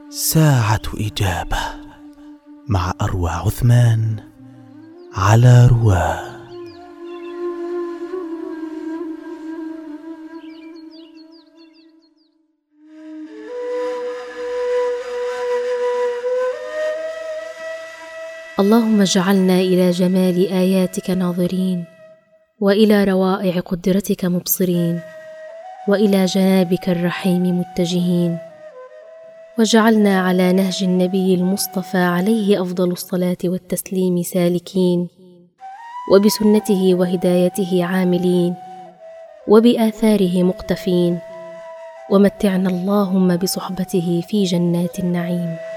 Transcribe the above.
ساعة إجابة مع أروى عثمان على رواه. اللهم اجعلنا إلى جمال آياتك ناظرين، وإلى روائع قدرتك مبصرين، وإلى جنابك الرحيم متجهين، واجعلنا على نهج النبي المصطفى عليه أفضل الصلاة والتسليم سالكين، وبسنته وهدايته عاملين، وبآثاره مقتفين، ومتعنا اللهم بصحبته في جنات النعيم.